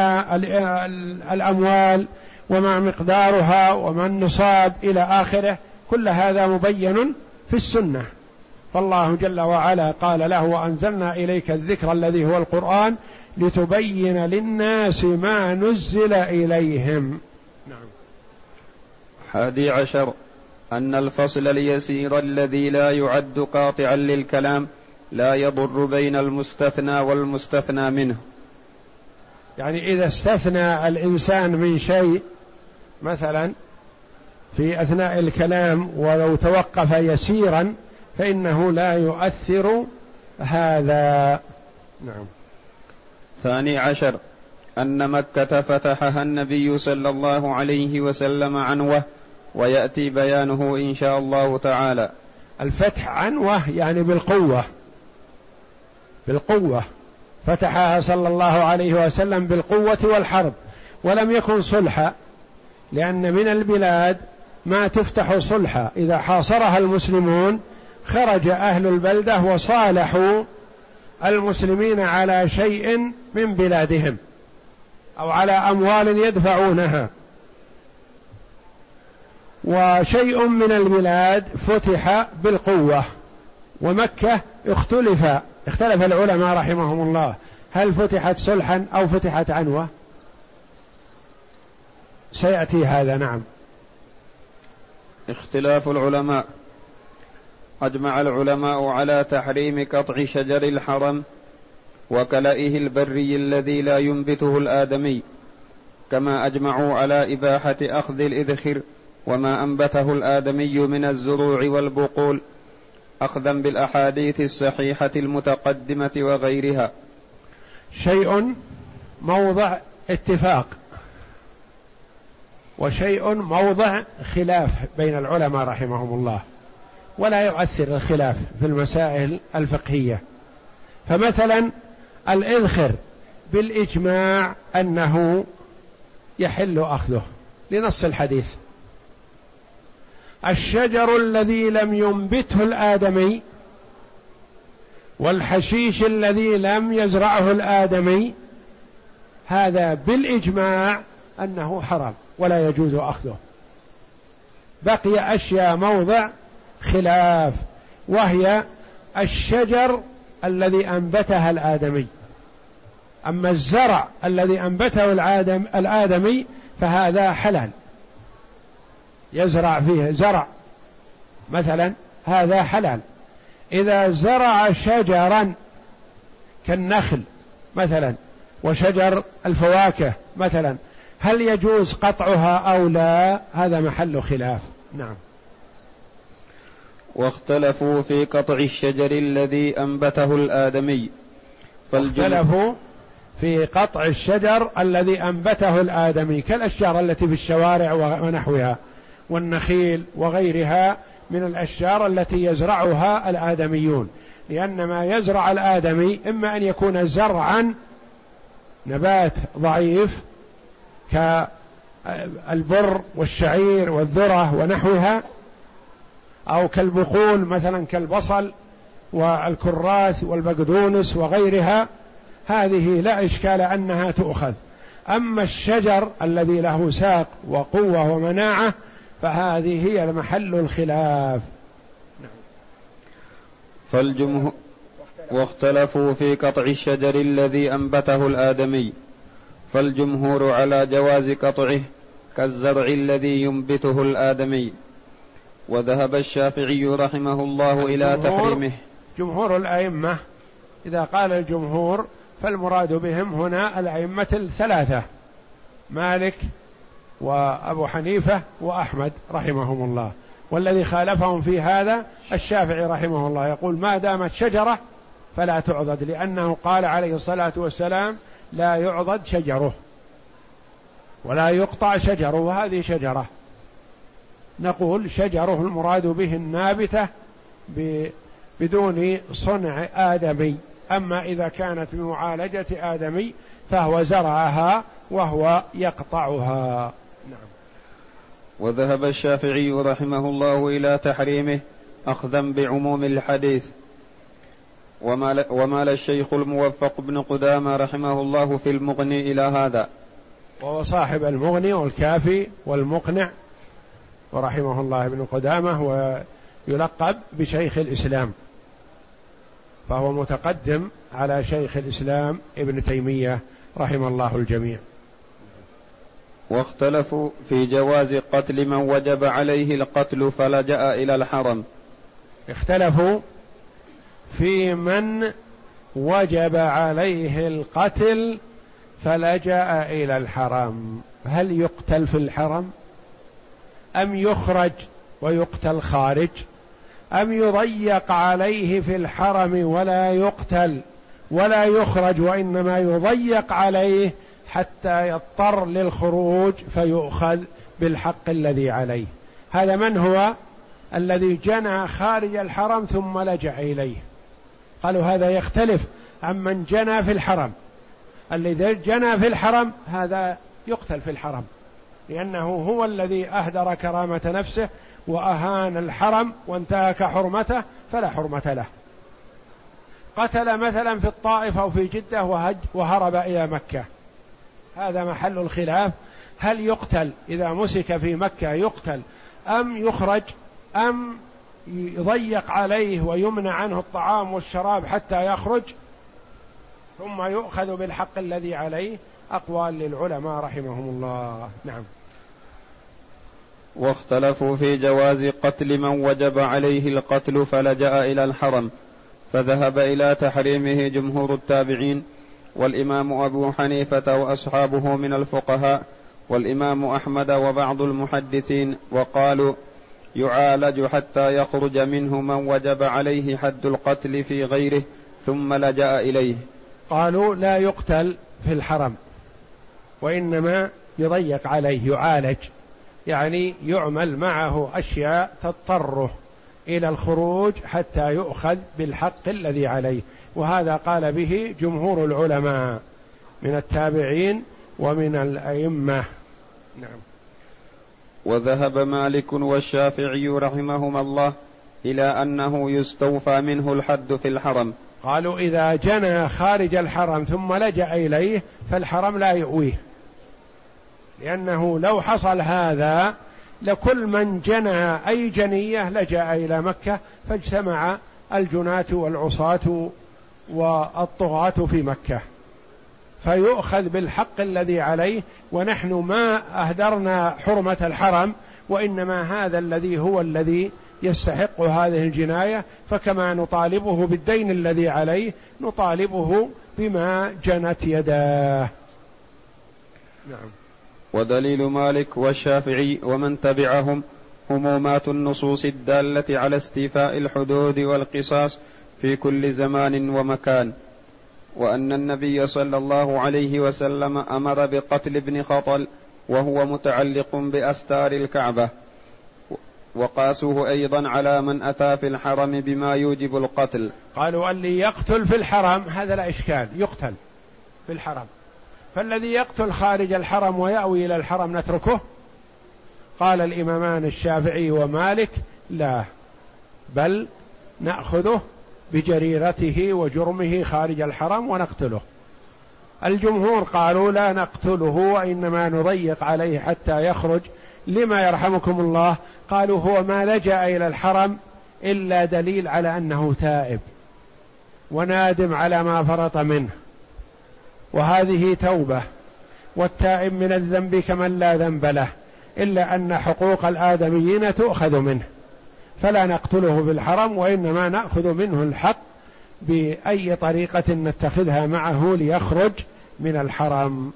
الأموال وما مقدارها وما النصاب إلى آخره، كل هذا مبين في السنة. فالله جل وعلا قال له: وأنزلنا إليك الذكر الذي هو القرآن لتبين للناس ما نزل إليهم. نعم. حادي عشر: أن الفصل اليسير الذي لا يعد قاطعا للكلام لا يضر بين المستثنى والمستثنى منه. يعني إذا استثنى الإنسان من شيء مثلا في أثناء الكلام ولو توقف يسيرا فإنه لا يؤثر هذا. نعم. ثاني عشر: أن مكة فتحها النبي صلى الله عليه وسلم عنوة، ويأتي بيانه إن شاء الله تعالى. الفتح عنوة يعني بالقوة، بالقوة فتحها صلى الله عليه وسلم بالقوة والحرب، ولم يكن صلحا، لأن من البلاد ما تفتح صلحا، إذا حاصرها المسلمون خرج أهل البلدة وصالحوا المسلمين على شيء من بلادهم أو على أموال يدفعونها، وشيء من البلاد فتح بالقوة. ومكة اختلف اختلف العلماء رحمهم الله، هل فتحت صلحا أو فتحت عنوة؟ سيأتي هذا. نعم. اختلاف العلماء. أجمع العلماء على تحريم قطع شجر الحرم وكلئه البري الذي لا ينبته الآدمي، كما أجمعوا على إباحة أخذ الإذخر وما أنبته الآدمي من الزروع والبقول، أخذا بالأحاديث الصحيحة المتقدمة وغيرها. شيء موضع اتفاق وشيء موضع خلاف بين العلماء رحمهم الله، ولا يؤثر الخلاف في المسائل الفقهية. فمثلا الإذخر بالإجماع أنه يحل أخذه لنص الحديث. الشجر الذي لم ينبته الآدمي والحشيش الذي لم يزرعه الآدمي هذا بالإجماع أنه حرام ولا يجوز أخذه. بقي أشياء موضع خلاف، وهي الشجر الذي أنبتها الآدمي. أما الزرع الذي أنبته الآدم الآدمي فهذا حلال، يزرع فيه زرع مثلا، هذا حلال. إذا زرع شجرا كالنخل مثلا وشجر الفواكه مثلا، هل يجوز قطعها أو لا؟ هذا محل خلاف. نعم. واختلفوا في قطع الشجر الذي أنبته الآدمي. فاختلفوا في قطع الشجر الذي أنبته الآدمي كالأشجار التي في الشوارع ونحوها، والنخيل وغيرها من الأشجار التي يزرعها الآدميون، لأن ما يزرع الآدمي إما أن يكون زرعا نبات ضعيف كالبر والشعير والذرة ونحوها، أو كالبقول مثلا كالبصل والكراث والبقدونس وغيرها، هذه لا إشكال أنها تؤخذ. أما الشجر الذي له ساق وقوة ومناعة فهذه هي محل الخلاف. فالجمهور واختلفوا في قطع الشجر الذي أنبته الآدمي، فالجمهور على جواز قطعه كالزرع الذي ينبته الآدمي، وذهب الشافعي رحمه الله إلى تحريمه. جمهور الأئمة، إذا قال الجمهور فالمراد بهم هنا الأئمة الثلاثة مالك وأبو حنيفة وأحمد رحمهم الله، والذي خالفهم في هذا الشافعي رحمه الله، يقول ما دامت شجرة فلا تعضد، لأنه قال عليه الصلاة والسلام لا يعضد شجره ولا يقطع شجره، وهذه شجرة. نقول شجره المراد به النابتة بدون صنع آدمي، أما إذا كانت بمعالجة آدمي فهو زرعها وهو يقطعها. نعم. وذهب الشافعي رحمه الله إلى تحريمه أخذا بعموم الحديث، ومال, ومال الشيخ الموفق بن قدامة رحمه الله في المغني إلى هذا، وهو صاحب المغني والكافي والمقنع، ورحمه الله ابن قدامة ويلقب بشيخ الإسلام، فهو متقدم على شيخ الإسلام ابن تيمية رحمه الله الجميع. واختلفوا في جواز قتل من وجب عليه القتل فلجأ إلى الحرم. اختلفوا في من وجب عليه القتل فلجأ إلى الحرم، هل يقتل في الحرم أم يخرج ويقتل خارج، أم يضيق عليه في الحرم ولا يقتل ولا يخرج وإنما يضيق عليه حتى يضطر للخروج فيؤخذ بالحق الذي عليه. هذا من هو الذي جنى خارج الحرم ثم لجأ إليه. قالوا هذا يختلف عن من جنى في الحرم. الذي جنى في الحرم هذا يقتل في الحرم، لأنه هو الذي أهدر كرامة نفسه وأهان الحرم وانتهك حرمته فلا حرمة له. قتل مثلا في الطائف أو في جدة وهج وهرب إلى مكة، هذا محل الخلاف، هل يقتل إذا مسك في مكة يقتل أم يخرج أم يضيق عليه ويمنع عنه الطعام والشراب حتى يخرج ثم يؤخذ بالحق الذي عليه. أقوال للعلماء رحمهم الله. نعم. واختلفوا في جواز قتل من وجب عليه القتل فلجأ إلى الحرم، فذهب إلى تحريمه جمهور التابعين والإمام أبو حنيفة وأصحابه من الفقهاء والإمام أحمد وبعض المحدثين، وقالوا يعالج حتى يخرج منه من وجب عليه حد القتل في غيره ثم لجأ إليه. قالوا لا يقتل في الحرم وإنما يضيق عليه، يعالج، يعني يعمل معه أشياء تضطره إلى الخروج حتى يؤخذ بالحق الذي عليه، وهذا قال به جمهور العلماء من التابعين ومن الأئمة. نعم. وذهب مالك والشافعي رحمهما الله إلى أنه يستوفى منه الحد في الحرم. قالوا إذا جنى خارج الحرم ثم لجأ إليه فالحرم لا يؤويه، لأنه لو حصل هذا لكل من جنى أي جنية لجأ إلى مكة فاجتمع الجناة والعصاة والطغاة في مكة فيؤخذ بالحق الذي عليه، ونحن ما أهدرنا حرمة الحرم وإنما هذا الذي هو الذي يستحق هذه الجناية، فكما نطالبه بالدين الذي عليه نطالبه بما جنت يداه. نعم. ودليل مالك والشافعي ومن تبعهم عمومات النصوص الدالة على استيفاء الحدود والقصاص في كل زمان ومكان، وأن النبي صلى الله عليه وسلم أمر بقتل ابن خطل وهو متعلق بأستار الكعبة، وقاسوه أيضا على من أتى في الحرم بما يوجب القتل. قالوا اللي يقتل في الحرم هذا لا إشكال، يقتل في الحرم، فالذي يقتل خارج الحرم ويأوي إلى الحرم نتركه؟ قال الإمامان الشافعي ومالك لا، بل نأخذه بجريرته وجرمه خارج الحرم ونقتله. الجمهور قالوا لا نقتله وإنما نضيق عليه حتى يخرج لما يرحمكم الله؟ قالوا هو ما لجأ إلى الحرم إلا دليل على أنه تائب ونادم على ما فرط منه، وهذه توبة، والتائب من الذنب كمن لا ذنب له، إلا أن حقوق الآدميين تؤخذ منه، فلا نقتله بالحرم، وإنما نأخذ منه الحق بأي طريقة نتخذها معه ليخرج من الحرم.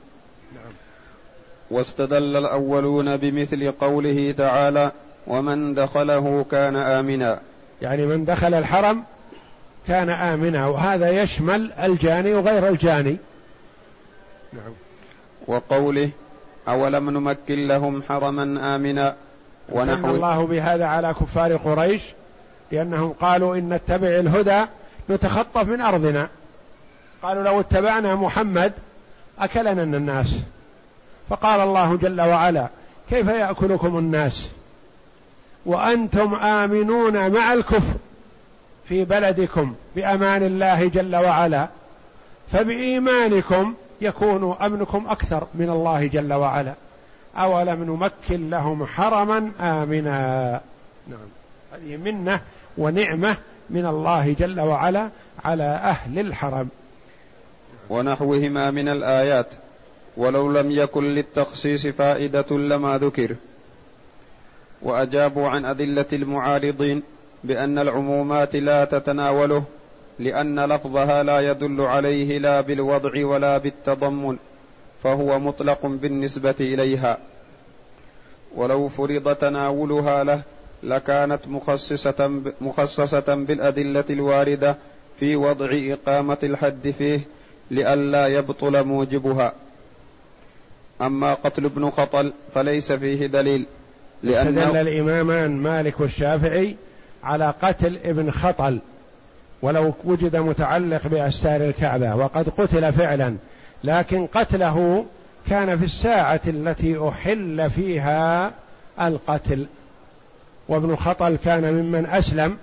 واستدل الأولون بمثل قوله تعالى: ومن دخله كان آمنا، يعني من دخل الحرم كان آمنا، وهذا يشمل الجاني وغير الجاني. نعم. وقوله: أولم نمكن لهم حرما آمنا، ونحو الله بهذا على كفار قريش، لأنهم قالوا إن نتبع الهدى نتخطف من أرضنا، قالوا لو اتبعنا محمد أكلنا الناس، فقال الله جل وعلا: كيف يأكلكم الناس وأنتم آمنون مع الكفر في بلدكم بأمان الله جل وعلا، فبإيمانكم يكون أمنكم أكثر من الله جل وعلا. أولم نمكن لهم حرما آمنا. نعم، هذه منة ونعمة من الله جل وعلا على أهل الحرم. ونحوهما من الآيات، ولو لم يكن للتخصيص فائدة لما ذكر. وأجابوا عن أدلة المعارضين بأن العمومات لا تتناوله، لأن لفظها لا يدل عليه لا بالوضع ولا بالتضمن، فهو مطلق بالنسبة إليها، ولو فرض تناولها له لكانت مخصصة, مخصصة بالأدلة الواردة في وضع إقامة الحد فيه لئلا يبطل موجبها. أما قتل ابن خطل فليس فيه دليل، لأنه استدل الإمامان مالك والشافعي على قتل ابن خطل ولو وجد متعلق بأستار الكعبة، وقد قتل فعلا، لكن قتله كان في الساعة التي أحل فيها القتل، وابن خطل كان ممن أسلم،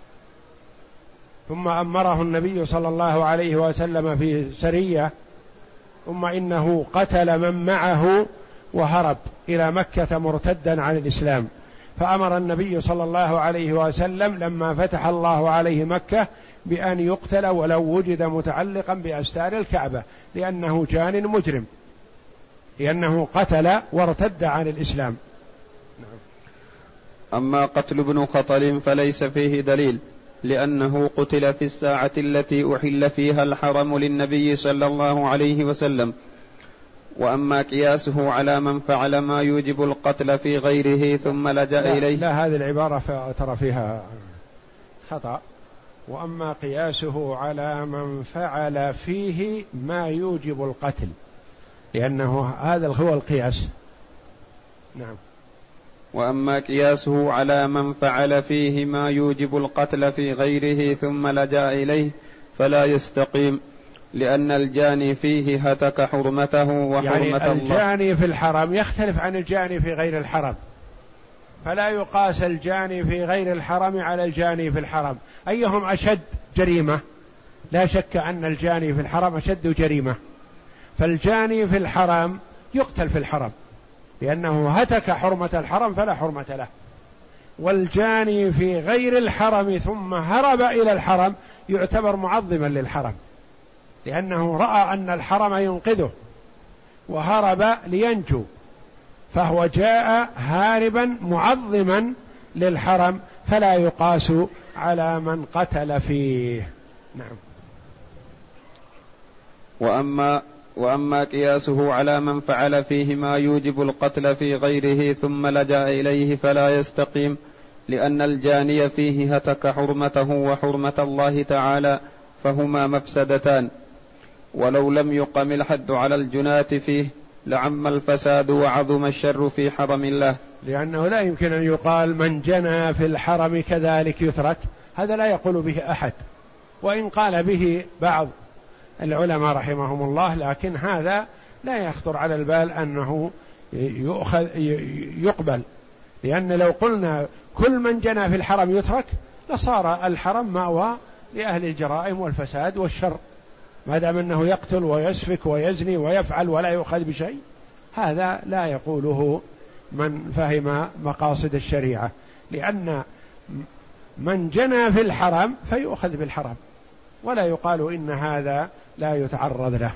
ثم أمره النبي صلى الله عليه وسلم في سرية، ثم إنه قتل من معه وهرب إلى مكة مرتدا عن الإسلام، فأمر النبي صلى الله عليه وسلم لما فتح الله عليه مكة بأن يقتل ولو وجد متعلقا بأستار الكعبة، لأنه جان مجرم، لأنه قتل وارتد عن الإسلام. أما قتل ابن خطل فليس فيه دليل، لأنه قتل في الساعة التي أحل فيها الحرم للنبي صلى الله عليه وسلم. وأما قياسه على من فعل ما يوجب القتل في غيره ثم لجأ لا إليه، لا، هذه العبارة ترى فيها خطأ. وأما قياسه على من فعل فيه ما يوجب القتل، لأنه هذا هو القياس. نعم. وأما قياسه على من فعل فيه ما يوجب القتل في غيره ثم لجأ إليه فلا يستقيم، لأن الجاني فيه هتك حرمته وحرمة يعني الله. الجاني في الحرم يختلف عن الجاني في غير الحرم، فلا يقاس الجاني في غير الحرم على الجاني في الحرم. أيهم أشد جريمة؟ لا شك أن الجاني في الحرم أشد جريمة، فالجاني في الحرم يقتل في الحرم لأنه هتك حرمة الحرم فلا حرمة له، والجاني في غير الحرم ثم هرب إلى الحرم يعتبر معظما للحرم، لأنه رأى أن الحرم ينقذه وهرب لينجو، فهو جاء هاربا معظما للحرم، فلا يقاس على من قتل فيه. نعم. وأما وأما قياسه على من فعل فيه ما يوجب القتل في غيره ثم لجأ إليه فلا يستقيم، لأن الجاني فيه هتك حرمته وحرمة الله تعالى، فهما مفسدتان. ولو لم يقم الحد على الجناة فيه لعم الفساد وعظم الشر في حرم الله، لأنه لا يمكن أن يقال من جنى في الحرم كذلك يترك، هذا لا يقول به أحد، وإن قال به بعض العلماء رحمهم الله، لكن هذا لا يخطر على البال أنه يؤخذ يقبل، لأن لو قلنا كل من جنى في الحرم يترك لصار الحرم مأوى لأهل الجرائم والفساد والشر، ما دام أنه يقتل ويسفك ويزني ويفعل ولا يؤخذ بشيء، هذا لا يقوله من فهم مقاصد الشريعة، لأن من جنى في الحرم فيؤخذ بالحرم، ولا يقال إن هذا لا يتعرض له.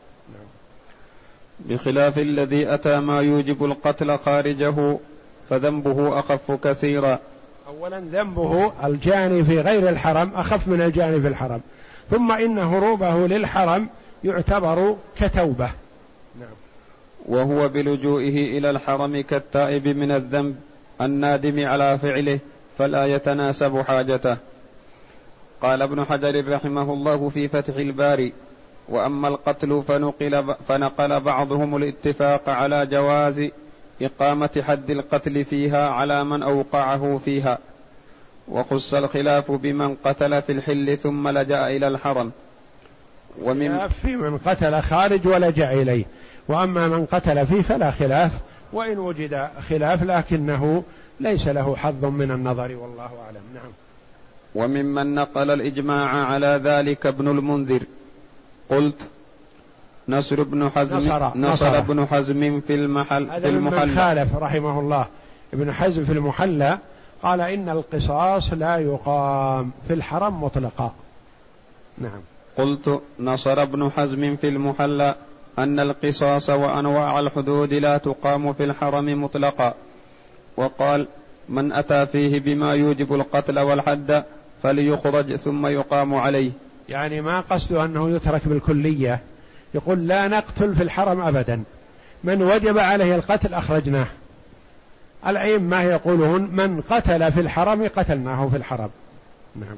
بخلاف الذي أتى ما يوجب القتل خارجه فذنبه أخف كثيرا. أولا ذنبه الجاني في غير الحرم أخف من الجاني في الحرم، ثم إن هروبه للحرم يعتبر كتوبة. نعم. وهو بلجوئه إلى الحرم كالتائب من الذنب النادم على فعله فلا يتناسب حاجته. قال ابن حجر رحمه الله في فتح الباري: وأما القتل فنقل, فنقل بعضهم الاتفاق على جواز إقامة حد القتل فيها على من أوقعه فيها، وخص الخلاف بمن قتل في الحل ثم لجأ إلى الحرم. ومن في من قتل خارج ولجأ إليه، وأما من قتل فيه فلا خلاف، وإن وجد خلاف لكنه ليس له حظ من النظر والله أعلم. نعم. وممن نقل الإجماع على ذلك ابن المنذر. قلت: نصر بن حزم نصر, نصر, نصر ابن حزم في المحل هذا في المحل من خالف رحمه الله. ابن حزم في المحلى قال إن القصاص لا يقام في الحرم مطلقا. نعم. قلت: نصر ابن حزم في المحلى أن القصاص وأنواع الحدود لا تقام في الحرم مطلقا، وقال: من أتى فيه بما يوجب القتل والحد فليخرج ثم يقام عليه. يعني ما قصده أنه يترك بالكلية، يقول لا نقتل في الحرم أبدا، من وجب عليه القتل أخرجناه. الأئمة يقولون من قتل في الحرم قتلناه في الحرم. نعم.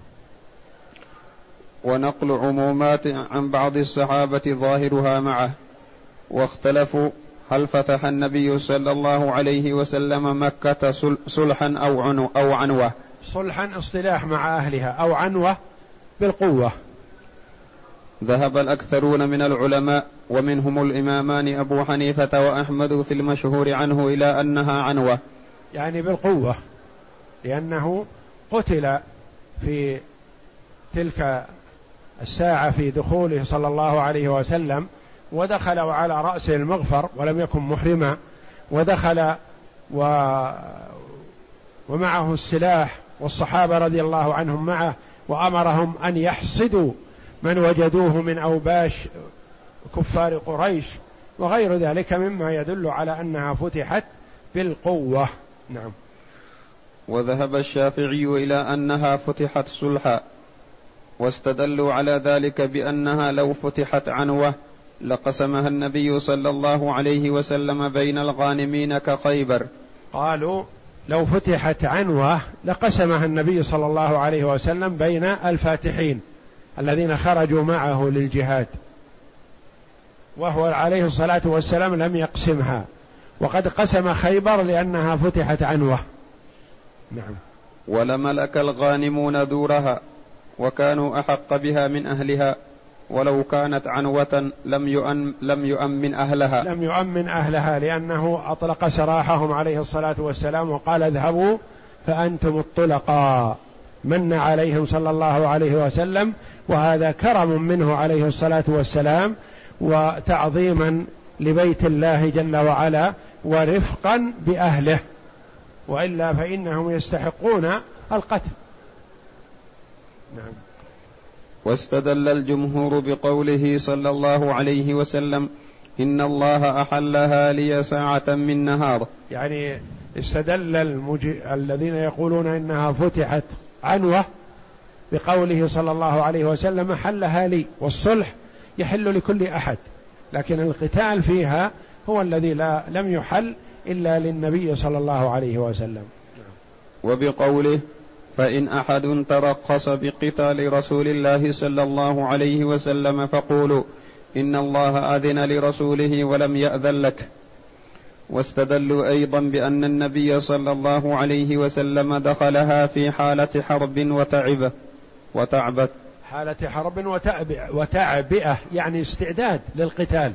ونقل عمومات عن بعض الصحابة ظاهرها معه، واختلفوا هل فتح النبي صلى الله عليه وسلم مكة صلحا أو عنو أو عنوة. صلحا اصطلاح مع أهلها، أو عنوة بالقوة. ذهب الأكثرون من العلماء ومنهم الإمامان أبو حنيفة وأحمد في المشهور عنه إلى أنها عنوة، يعني بالقوة، لأنه قتل في تلك الساعة في دخوله صلى الله عليه وسلم، ودخل على رأسه المغفر ولم يكن محرما، ودخل و... ومعه السلاح، والصحابة رضي الله عنهم معه، وأمرهم أن يحصدوا من وجدوه من أوباش كفار قريش وغير ذلك مما يدل على أنها فتحت بالقوة. نعم. وذهب الشافعي إلى أنها فتحت صلحا، واستدلوا على ذلك بأنها لو فتحت عنوة لقسمها النبي صلى الله عليه وسلم بين الغانمين كخيبر. قالوا لو فتحت عنوة لقسمها النبي صلى الله عليه وسلم بين الفاتحين الذين خرجوا معه للجهاد، وهو عليه الصلاة والسلام لم يقسمها، وقد قسم خيبر لأنها فتحت عنوة. نعم. ولملك الغانمون دورها وكانوا أحق بها من أهلها، ولو كانت عنوة لم يؤمن, لم يؤمن أهلها لم يؤمن أهلها لأنه أطلق سراحهم عليه الصلاة والسلام وقال اذهبوا فأنتم الطلقاء، من عليهم صلى الله عليه وسلم، وهذا كرم منه عليه الصلاة والسلام وتعظيما لبيت الله جل وعلا ورفقا بأهله، وإلا فإنهم يستحقون القتل. نعم. واستدل الجمهور بقوله صلى الله عليه وسلم إن الله أحلها لي ساعة من نهار، يعني استدل المج... الذين يقولون إنها فتحت عنوة بقوله صلى الله عليه وسلم حلها لي، والصلح يحل لكل أحد، لكن القتال فيها هو الذي لا لم يحل إلا للنبي صلى الله عليه وسلم. وبقوله فإن أحد ترخص بقتال رسول الله صلى الله عليه وسلم فقولوا إن الله أذن لرسوله ولم يأذن لك. واستدلوا أيضا بأن النبي صلى الله عليه وسلم دخلها في حالة حرب وتعبة وتعبت حالة حرب وتعبئة يعني استعداد للقتال.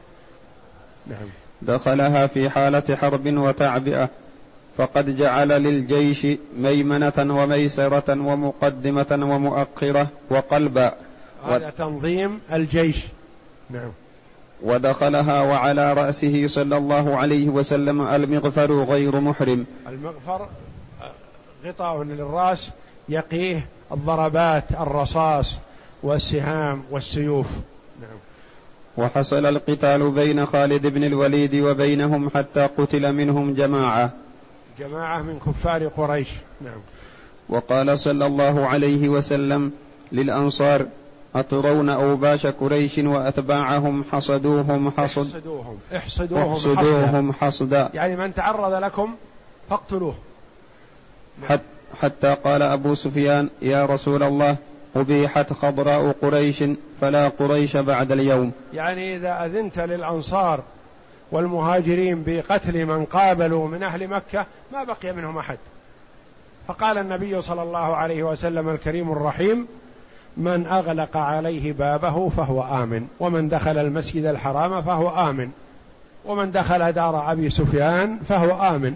نعم. دخلها في حالة حرب وتعبئة، فقد جعل للجيش ميمنة وميسرة ومقدمة ومؤخرة وقلبا. هذا تنظيم الجيش. نعم. ودخلها وعلى رأسه صلى الله عليه وسلم المغفر غير محرم. المغفر غطاء للرأس يقيه الضربات الرصاص والسهام والسيوف. نعم. وحصل القتال بين خالد بن الوليد وبينهم حتى قتل منهم جماعة جماعة من كفار قريش. نعم. وقال صلى الله عليه وسلم للأنصار: أترون أوباش قريش وأتباعهم حصدوهم حصد احصدوهم احصدوهم, احصدوهم حصدا، يعني من تعرض لكم فاقتلوه. حتى, حتى قال أبو سفيان: يا رسول الله، أبيحت خضراء قريش فلا قريش بعد اليوم. يعني إذا أذنت للأنصار والمهاجرين بقتل من قابلوا من أهل مكة ما بقي منهم أحد. فقال النبي صلى الله عليه وسلم الكريم الرحيم: من أغلق عليه بابه فهو آمن، ومن دخل المسجد الحرام فهو آمن، ومن دخل دار أبي سفيان فهو آمن.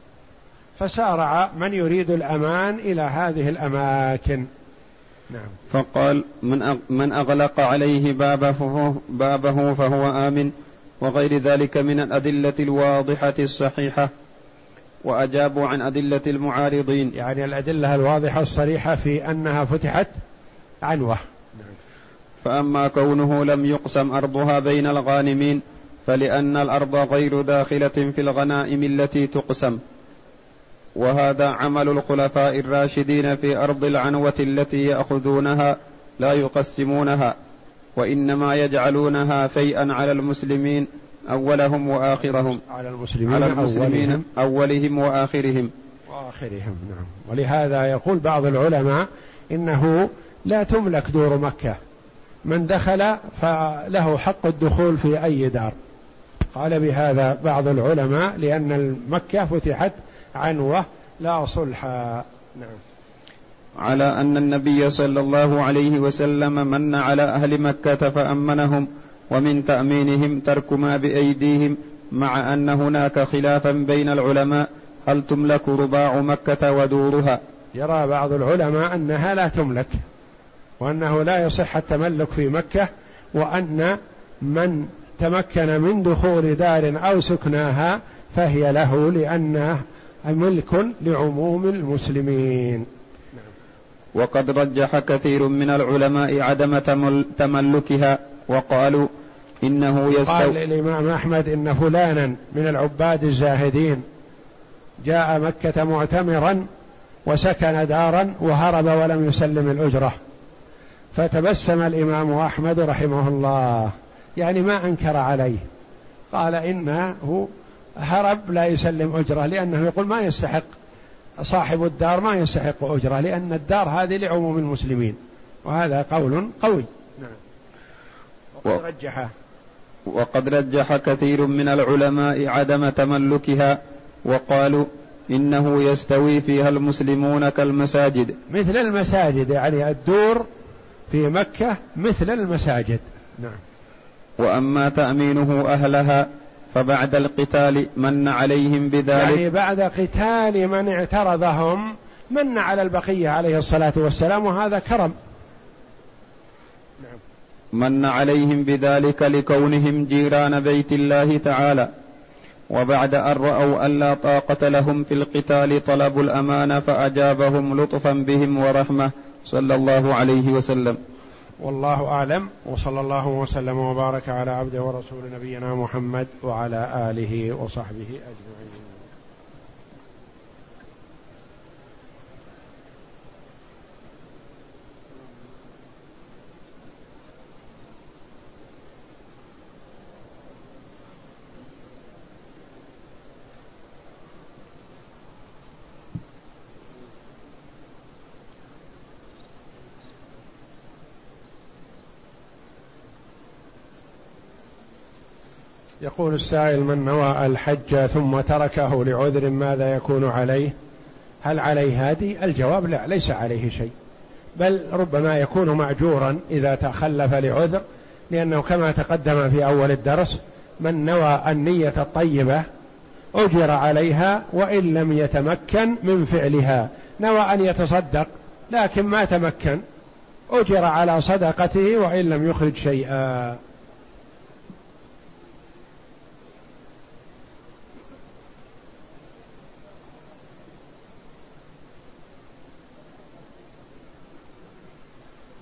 فسارع من يريد الأمان إلى هذه الأماكن. نعم. فقال: من من أغلق عليه بابه فهو, بابه فهو آمن، وغير ذلك من الأدلة الواضحة الصحيحة. وأجابوا عن أدلة المعارضين، يعني الأدلة الواضحة الصريحة في أنها فتحت عنوة. فأما كونه لم يقسم أرضها بين الغانمين فلأن الأرض غير داخلة في الغنائم التي تقسم، وهذا عمل الخلفاء الراشدين في أرض العنوة التي يأخذونها لا يقسمونها، وإنما يجعلونها فيئا على المسلمين أولهم وآخرهم على المسلمين, على المسلمين أولهم, أولهم وآخرهم وآخرهم. نعم. ولهذا يقول بعض العلماء إنه لا تملك دور مكة، من دخل فله حق الدخول في أي دار. قال بهذا بعض العلماء لأن مكة فتحت عنوة لا صلح. نعم. على أن النبي صلى الله عليه وسلم من على أهل مكة فأمنهم، ومن تأمينهم ترك ما بأيديهم، مع أن هناك خلافا بين العلماء هل تملك رباع مكة ودورها. يرى بعض العلماء أنها لا تملك، وأنه لا يصح التملك في مكة، وأن من تمكن من دخول دار أو سكناها فهي له لأنه ملك لعموم المسلمين. وقد رجح كثير من العلماء عدم تملكها، وقالوا إنه يستوي. قال الإمام أحمد إن فلانا من العباد الزاهدين جاء مكة معتمرا وسكن دارا وهرب ولم يسلم الأجرة، فتبسم الإمام أحمد رحمه الله، يعني ما أنكر عليه، قال إنه هرب لا يسلم أجرة، لأنه يقول ما يستحق صاحب الدار ما يستحق أجرة، لأن الدار هذه لعموم المسلمين، وهذا قول قوي. نعم. وقد رجح وقد رجح كثير من العلماء عدم تملكها، وقالوا إنه يستوي فيها المسلمون كالمساجد، مثل المساجد، يعني الدور في مكة مثل المساجد. نعم. وأما تأمينه أهلها فبعد القتال من عليهم بذلك، يعني بعد قتال من اعترضهم من على البقية عليه الصلاة والسلام، وهذا كرم. نعم. من عليهم بذلك لكونهم جيران بيت الله تعالى، وبعد أن رأوا أن لا طاقة لهم في القتال طلبوا الأمان فأجابهم لطفا بهم ورحمة صلى الله عليه وسلم. والله أعلم، وصلى الله وسلم وبارك على عبده ورسول نبينا محمد وعلى آله وصحبه أجمعين. يقول السائل: من نوى الحج ثم تركه لعذر ماذا يكون عليه؟ هل عليه هادي؟ الجواب لا، ليس عليه شيء، بل ربما يكون معجورا إذا تخلف لعذر، لأنه كما تقدم في أول الدرس من نوى النية الطيبة أجر عليها وإن لم يتمكن من فعلها. نوى أن يتصدق لكن ما تمكن أجر على صدقته وإن لم يخرج شيئا.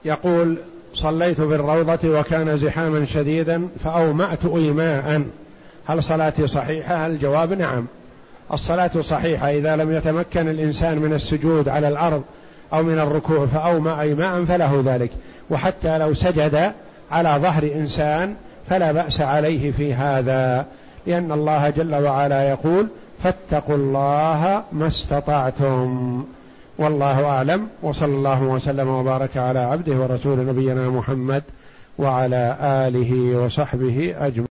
يقول صليت بالروضة وكان زحاما شديدا فأومأت إيماء، هل صلاتي صحيحة؟ الجواب نعم، الصلاة صحيحة إذا لم يتمكن الإنسان من السجود على الأرض أو من الركوع فأومأ إيماء فله ذلك، وحتى لو سجد على ظهر إنسان فلا بأس عليه في هذا، لأن الله جل وعلا يقول فاتقوا الله ما استطعتم. والله أعلم، وصلى الله وسلم وبارك على عبده ورسول نبينا محمد وعلى آله وصحبه أجمعين.